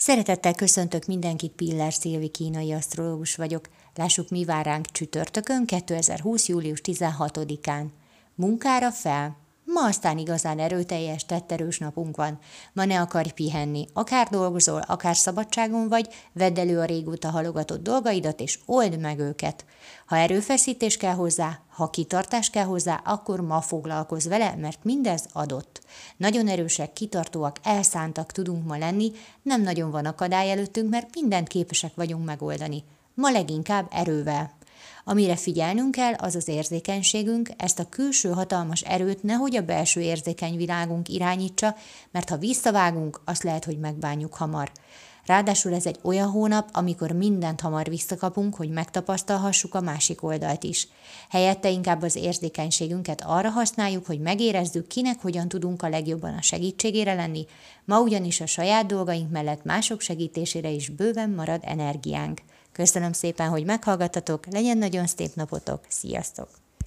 Szeretettel köszöntök mindenkit, Piller Szilvi kínai asztrológus vagyok. Lássuk, mi vár ránk csütörtökön, 2020. július 16-án. Munkára fel! Ma aztán igazán erőteljes, tetterős napunk van. Ma ne akarj pihenni. Akár dolgozol, akár szabadságon vagy, vedd elő a régóta halogatott dolgaidat, és old meg őket. Ha erőfeszítés kell hozzá, ha kitartás kell hozzá, akkor ma foglalkozz vele, mert mindez adott. Nagyon erősek, kitartóak, elszántak tudunk ma lenni, nem nagyon van akadály előttünk, mert mindent képesek vagyunk megoldani. Ma leginkább erővel. Amire figyelnünk kell, az az érzékenységünk, ezt a külső hatalmas erőt nehogy a belső érzékeny világunk irányítsa, mert ha visszavágunk, azt lehet, hogy megbánjuk hamar. Ráadásul ez egy olyan hónap, amikor mindent hamar visszakapunk, hogy megtapasztalhassuk a másik oldalt is. Helyette inkább az érzékenységünket arra használjuk, hogy megérezzük, kinek hogyan tudunk a legjobban a segítségére lenni, ma ugyanis a saját dolgaink mellett mások segítésére is bőven marad energiánk. Köszönöm szépen, hogy meghallgattatok, legyen nagyon szép napotok, sziasztok!